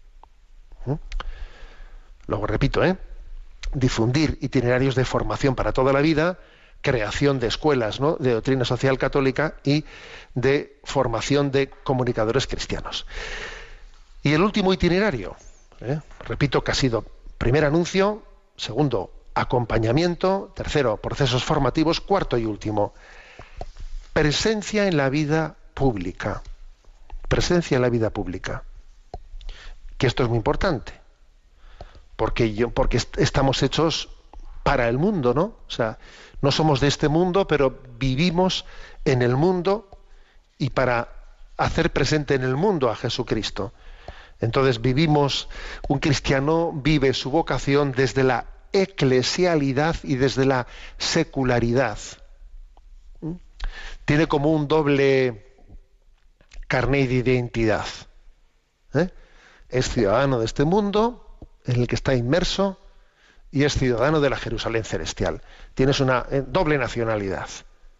Luego repito, ¿eh? difundir itinerarios de formación para toda la vida, creación de escuelas, ¿no?, de doctrina social católica y de formación de comunicadores cristianos. Y el último itinerario, ¿eh? repito que ha sido primer anuncio, segundo acompañamiento, tercero procesos formativos, cuarto y último presencia en la vida pública. Presencia en la vida pública. Que esto es muy importante, porque yo, porque est- estamos hechos para el mundo, ¿no? O sea, no somos de este mundo, pero vivimos en el mundo y para hacer presente en el mundo a Jesucristo. Entonces vivimos, un cristiano vive su vocación desde la eclesialidad y desde la secularidad. ¿Mm? Tiene como un doble carnet de identidad. ¿Eh? Es ciudadano de este mundo en el que está inmerso y es ciudadano de la Jerusalén celestial. Tienes una eh, doble nacionalidad.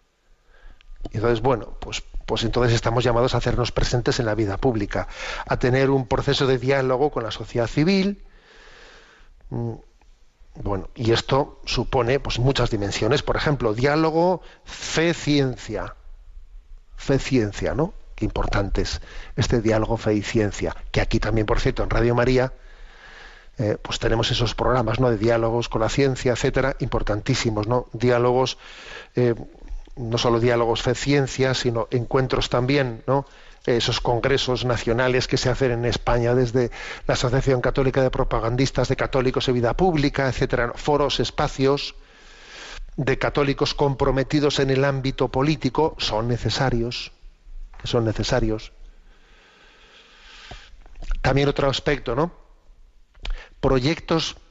Y entonces, bueno, pues, pues entonces estamos llamados a hacernos presentes en la vida pública, a tener un proceso de diálogo con la sociedad civil. Mm, bueno, y esto supone pues muchas dimensiones. Por ejemplo, diálogo fe-ciencia. Fe-ciencia, ¿no? Qué importante es este diálogo fe y ciencia, que aquí también, por cierto, en Radio María, eh, pues tenemos esos programas, ¿no?, de diálogos con la ciencia, etcétera, importantísimos, ¿no? Diálogos, eh, no solo diálogos fe-ciencia, sino encuentros también, ¿no?, esos congresos nacionales que se hacen en España desde la Asociación Católica de Propagandistas de Católicos en Vida Pública, etcétera, foros, espacios de católicos comprometidos en el ámbito político, son necesarios. que son necesarios. También otro aspecto, ¿no? Proyectos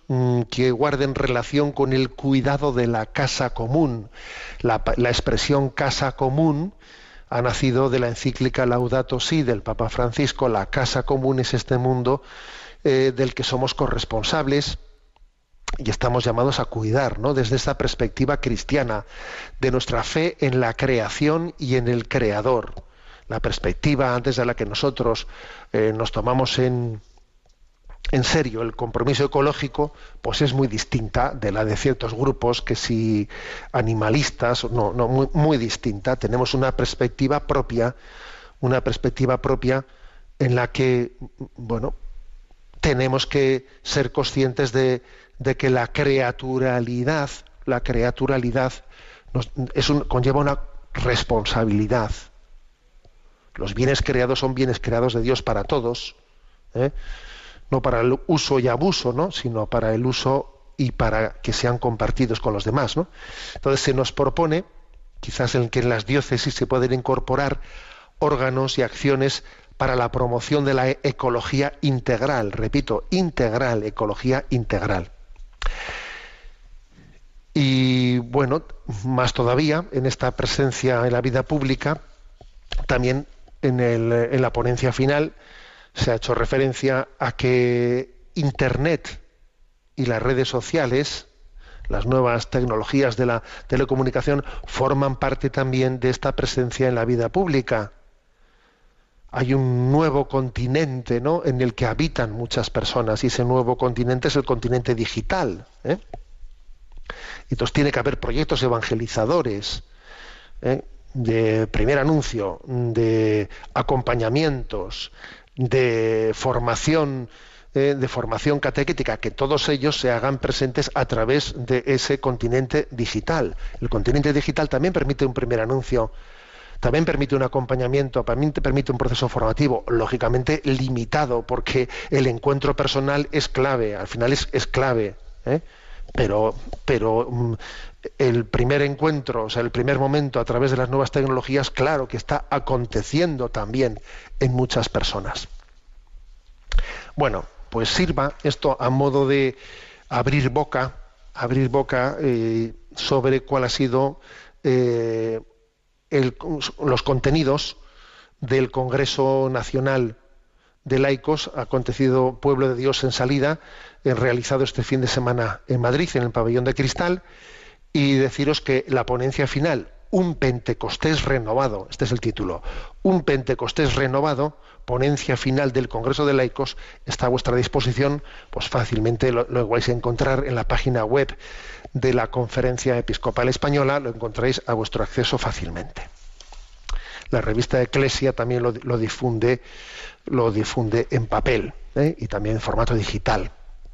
mmm, que guarden relación con el cuidado de la casa común. La, la expresión casa común ha nacido de la encíclica Laudato Si del Papa Francisco. La casa común es este mundo eh, del que somos corresponsables y estamos llamados a cuidar, ¿no? Desde esta perspectiva cristiana, de nuestra fe en la creación y en el Creador. La perspectiva antes de la que nosotros eh, nos tomamos en, en serio el compromiso ecológico, pues es muy distinta de la de ciertos grupos que si animalistas, no, no muy, muy distinta. Tenemos una perspectiva propia, una perspectiva propia en la que, bueno, tenemos que ser conscientes de, de que la creaturalidad, la creaturalidad nos, es un, conlleva una responsabilidad. Los bienes creados son bienes creados de Dios para todos, ¿eh? No para el uso y abuso, ¿no? Sino para el uso y para que sean compartidos con los demás, ¿no? Entonces se nos propone, quizás en que en las diócesis se pueden incorporar órganos y acciones para la promoción de la ecología integral, repito, integral, ecología integral. Y bueno, más todavía, en esta presencia en la vida pública, también en, el, en la ponencia final se ha hecho referencia a que Internet y las redes sociales, las nuevas tecnologías de la telecomunicación, forman parte también de esta presencia en la vida pública. Hay un nuevo continente, ¿no?, en el que habitan muchas personas, y ese nuevo continente es el continente digital, ¿eh? Y entonces tiene que haber proyectos evangelizadores, ¿eh?, de primer anuncio, de acompañamientos, de formación, eh, de formación catequética, que todos ellos se hagan presentes a través de ese continente digital. El continente digital también permite un primer anuncio, también permite un acompañamiento, también permite un proceso formativo, lógicamente limitado, porque el encuentro personal es clave, al final es, es clave, ¿eh? pero, pero um, el primer encuentro, o sea, el primer momento a través de las nuevas tecnologías, claro que está aconteciendo también en muchas personas. Bueno, pues sirva esto a modo de abrir boca, abrir boca eh, sobre cuál ha sido eh, El, los contenidos del Congreso Nacional de Laicos, acontecido Pueblo de Dios en Salida, eh, realizado este fin de semana en Madrid, en el Pabellón de Cristal, y deciros que la ponencia final, Un Pentecostés renovado, este es el título, Un Pentecostés renovado, ponencia final del Congreso de Laicos, está a vuestra disposición, pues fácilmente lo, lo vais a encontrar en la página web de la Conferencia Episcopal Española, lo encontráis a vuestro acceso fácilmente. La revista Eclesia también lo, lo difunde, lo difunde en papel, ¿eh?, y también en formato digital.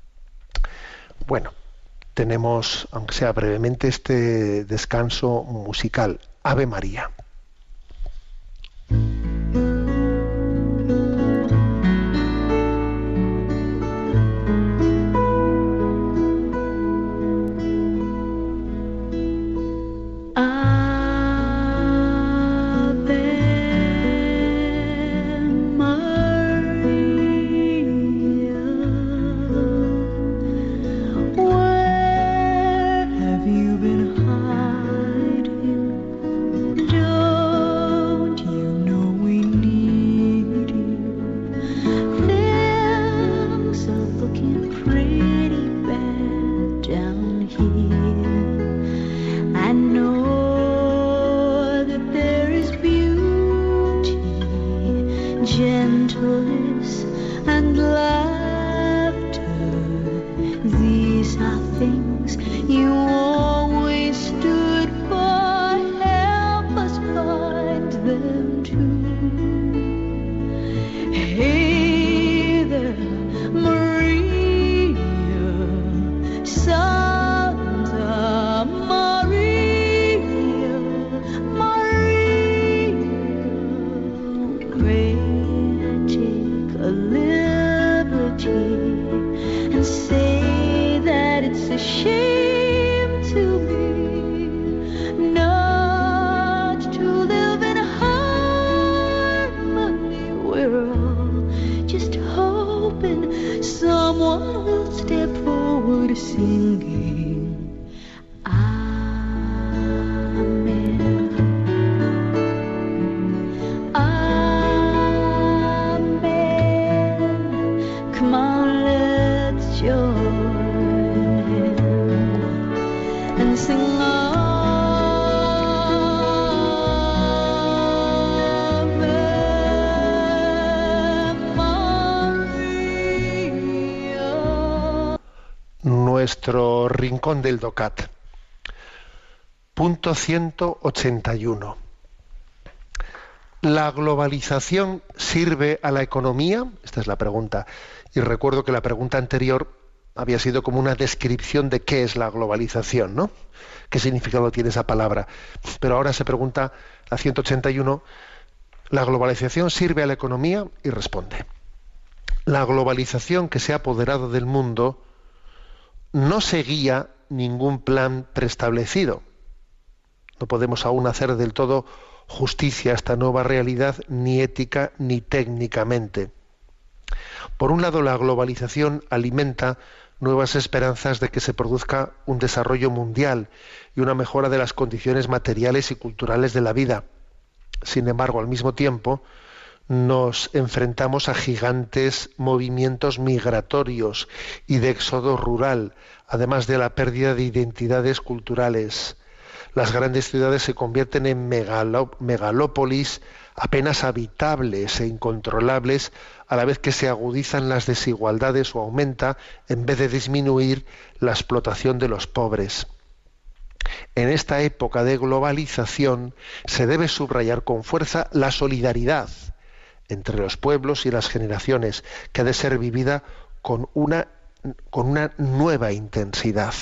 Bueno, tenemos, aunque sea brevemente, este descanso musical. Ave María. Someone will step forward singing Amen. Amen. Come on, let's join in and sing nuestro rincón del DOCAT. Punto ciento ochenta y uno. ¿La globalización sirve a la economía? Esta es la pregunta. Y recuerdo que la pregunta anterior había sido como una descripción de qué es la globalización, ¿no? ¿Qué significado tiene esa palabra? Pero ahora se pregunta, la ciento ochenta y uno, ¿la globalización sirve a la economía? Y responde, la globalización que se ha apoderado del mundo no seguía ningún plan preestablecido. No podemos aún hacer del todo justicia a esta nueva realidad, ni ética ni técnicamente. Por un lado, la globalización alimenta nuevas esperanzas de que se produzca un desarrollo mundial y una mejora de las condiciones materiales y culturales de la vida. Sin embargo, al mismo tiempo, nos enfrentamos a gigantes movimientos migratorios y de éxodo rural, además de la pérdida de identidades culturales. Las grandes ciudades se convierten en megalo- megalópolis apenas habitables e incontrolables, a la vez que se agudizan las desigualdades o aumenta, en vez de disminuir, la explotación de los pobres. En esta época de globalización se debe subrayar con fuerza la solidaridad entre los pueblos y las generaciones, que ha de ser vivida con una, con una nueva intensidad.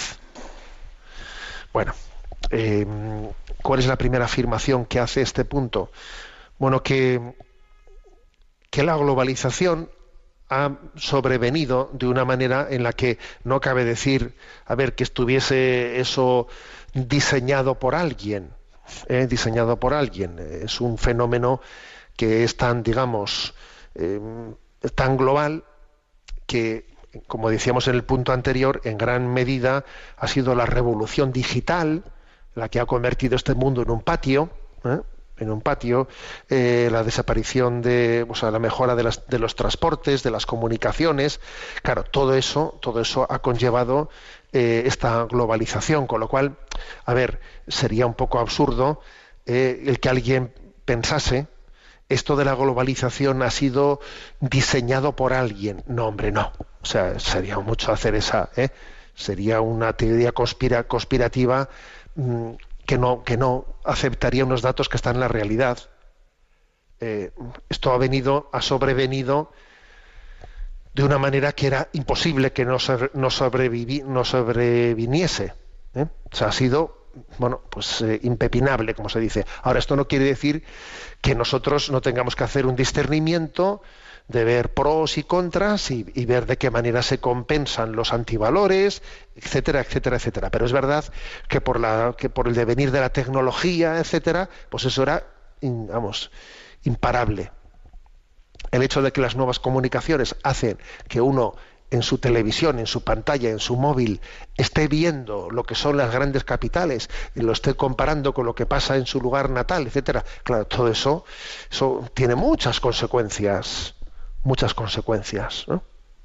Bueno, eh, ¿cuál es la primera afirmación que hace este punto? Bueno, que, que la globalización ha sobrevenido de una manera en la que no cabe decir, a ver, que estuviese eso diseñado por alguien, eh, diseñado por alguien. Es un fenómeno que es tan, digamos, eh, tan global que, como decíamos en el punto anterior, en gran medida ha sido la revolución digital la que ha convertido este mundo en un patio, ¿eh? en un patio, eh, la desaparición de, o sea, la mejora de, las, de los transportes, de las comunicaciones. Claro, todo eso, todo eso ha conllevado eh, esta globalización, con lo cual, a ver, sería un poco absurdo eh, el que alguien pensase esto de la globalización ha sido diseñado por alguien. No, hombre, no. O sea, sería mucho hacer esa, ¿eh? Sería una teoría conspira, conspirativa mmm, que no, que no aceptaría unos datos que están en la realidad. Eh, esto ha venido, ha sobrevenido de una manera que era imposible que no, sobre, no, sobrevivi, no sobreviniese. ¿eh? O sea, ha sido, bueno, pues eh, impepinable, como se dice. Ahora, esto no quiere decir que nosotros no tengamos que hacer un discernimiento de ver pros y contras y, y ver de qué manera se compensan los antivalores, etcétera, etcétera, etcétera. Pero es verdad que por la que por el devenir de la tecnología, etcétera, pues eso era, vamos, imparable. El hecho de que las nuevas comunicaciones hacen que uno en su televisión, en su pantalla, en su móvil, esté viendo lo que son las grandes capitales y lo esté comparando con lo que pasa en su lugar natal, etcétera. Claro, todo eso, eso tiene muchas consecuencias, muchas consecuencias, ¿no?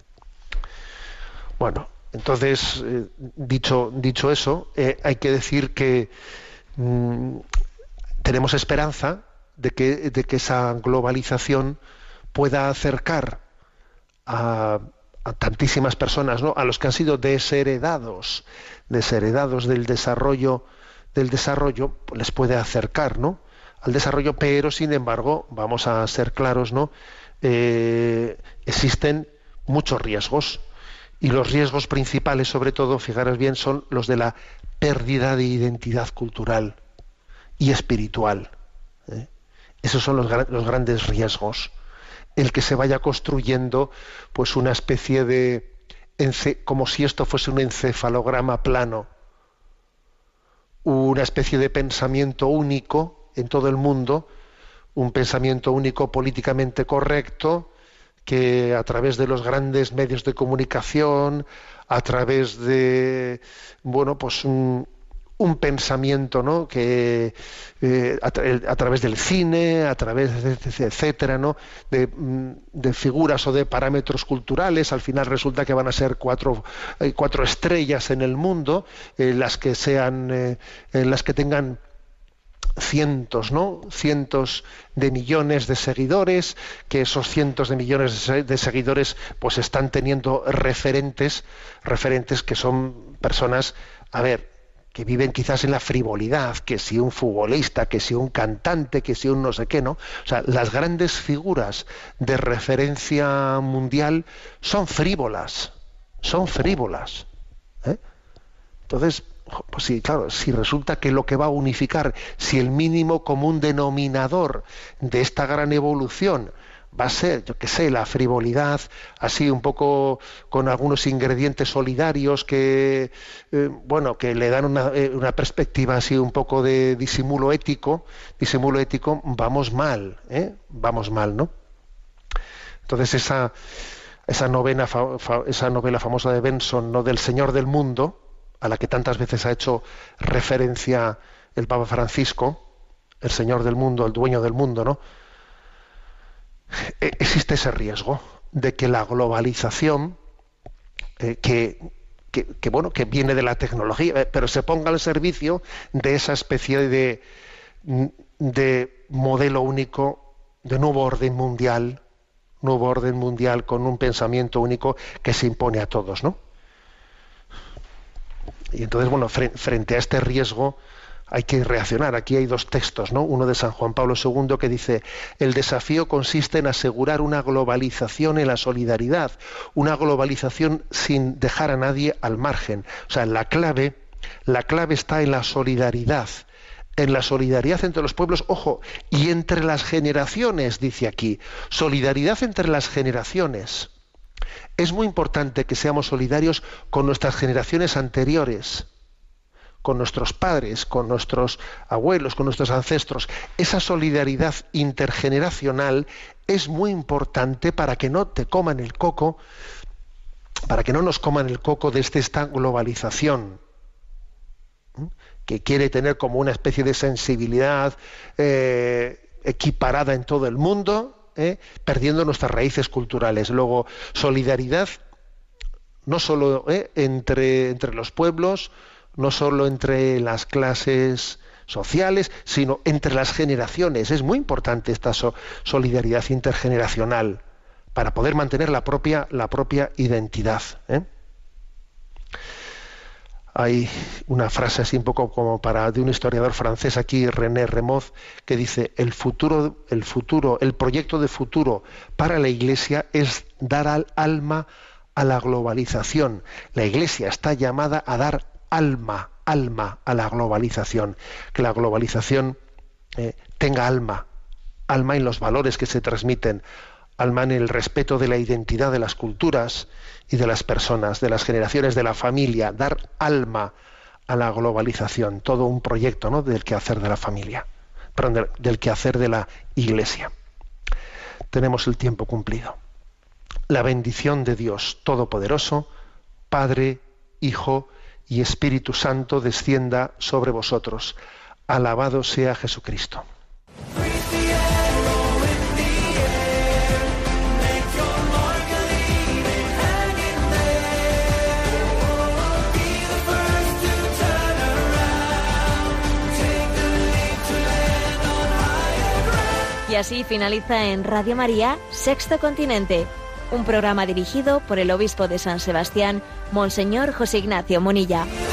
Bueno, entonces, eh, dicho, dicho eso, eh, hay que decir que mmm, tenemos esperanza de que, de que esa globalización pueda acercar a a tantísimas personas, ¿no? A los que han sido desheredados, desheredados del desarrollo, del desarrollo, pues les puede acercar, ¿no? Al desarrollo, pero sin embargo, vamos a ser claros, ¿no? Eh, existen muchos riesgos y los riesgos principales, sobre todo, fijaros bien, son los de la pérdida de identidad cultural y espiritual. ¿eh? Esos son los, los grandes riesgos. El que se vaya construyendo pues una especie de, como si esto fuese un encefalograma plano, una especie de pensamiento único en todo el mundo, un pensamiento único políticamente correcto, que a través de los grandes medios de comunicación, a través de, bueno, pues un, un pensamiento, ¿no?, que eh, a, tra a través del cine, a través de etcétera, ¿no?, de, de figuras o de parámetros culturales, al final resulta que van a ser cuatro, eh, cuatro estrellas en el mundo, eh, las que sean, eh, en las que tengan cientos, ¿no? cientos de millones de seguidores, que esos cientos de millones de seguidores pues están teniendo referentes, referentes que son personas, a ver, que viven quizás en la frivolidad, que si un futbolista, que si un cantante, que si un no sé qué, ¿no? O sea, las grandes figuras de referencia mundial son frívolas, son frívolas, ¿eh? Entonces, pues sí, claro, si resulta que lo que va a unificar, si el mínimo común denominador de esta gran evolución va a ser, yo qué sé, la frivolidad, así un poco con algunos ingredientes solidarios que, eh, bueno, que le dan una, eh, una perspectiva así un poco de disimulo ético, disimulo ético, vamos mal, ¿eh? Vamos mal, ¿no? Entonces esa, esa, novena, fa, fa, esa novela famosa de Benson, ¿no?, del Señor del Mundo, a la que tantas veces ha hecho referencia el Papa Francisco, el Señor del Mundo, el dueño del mundo, ¿no? Existe ese riesgo de que la globalización, eh, que, que, que, bueno, que viene de la tecnología, eh, pero se ponga al servicio de esa especie de, de modelo único, de nuevo orden mundial, nuevo orden mundial con un pensamiento único que se impone a todos, ¿no? Y entonces, bueno, frente a este riesgo hay que reaccionar. Aquí hay dos textos, ¿no? Uno de San Juan Pablo segundo que dice: el desafío consiste en asegurar una globalización en la solidaridad, una globalización sin dejar a nadie al margen. O sea, la clave, la clave está en la solidaridad, en la solidaridad entre los pueblos, ojo, y entre las generaciones, dice aquí, solidaridad entre las generaciones. Es muy importante que seamos solidarios con nuestras generaciones anteriores, con nuestros padres, con nuestros abuelos, con nuestros ancestros. Esa solidaridad intergeneracional es muy importante para que no te coman el coco, para que no nos coman el coco desde esta globalización, ¿eh?, que quiere tener como una especie de sensibilidad eh, equiparada en todo el mundo, ¿Eh? perdiendo nuestras raíces culturales. Luego, solidaridad no solo ¿eh? entre, entre los pueblos, no solo entre las clases sociales, sino entre las generaciones. Es muy importante esta so- solidaridad intergeneracional para poder mantener la propia, la propia identidad, ¿eh? Hay una frase así un poco como para de un historiador francés aquí, René Remoz, que dice: el futuro, el futuro, el proyecto de futuro para la Iglesia es dar al alma a la globalización. La Iglesia está llamada a dar alma, alma a la globalización. Que la globalización eh, tenga alma, alma en los valores que se transmiten, alma en el respeto de la identidad de las culturas y de las personas, de las generaciones, de la familia, dar alma a la globalización, todo un proyecto, ¿no?, del quehacer de la familia, perdón, del, del quehacer de la Iglesia. Tenemos el tiempo cumplido. La bendición de Dios Todopoderoso, Padre, Hijo y Espíritu Santo, descienda sobre vosotros. Alabado sea Jesucristo. Y así finaliza en Radio María, Sexto Continente, un programa dirigido por el obispo de San Sebastián, Monseñor José Ignacio Munilla.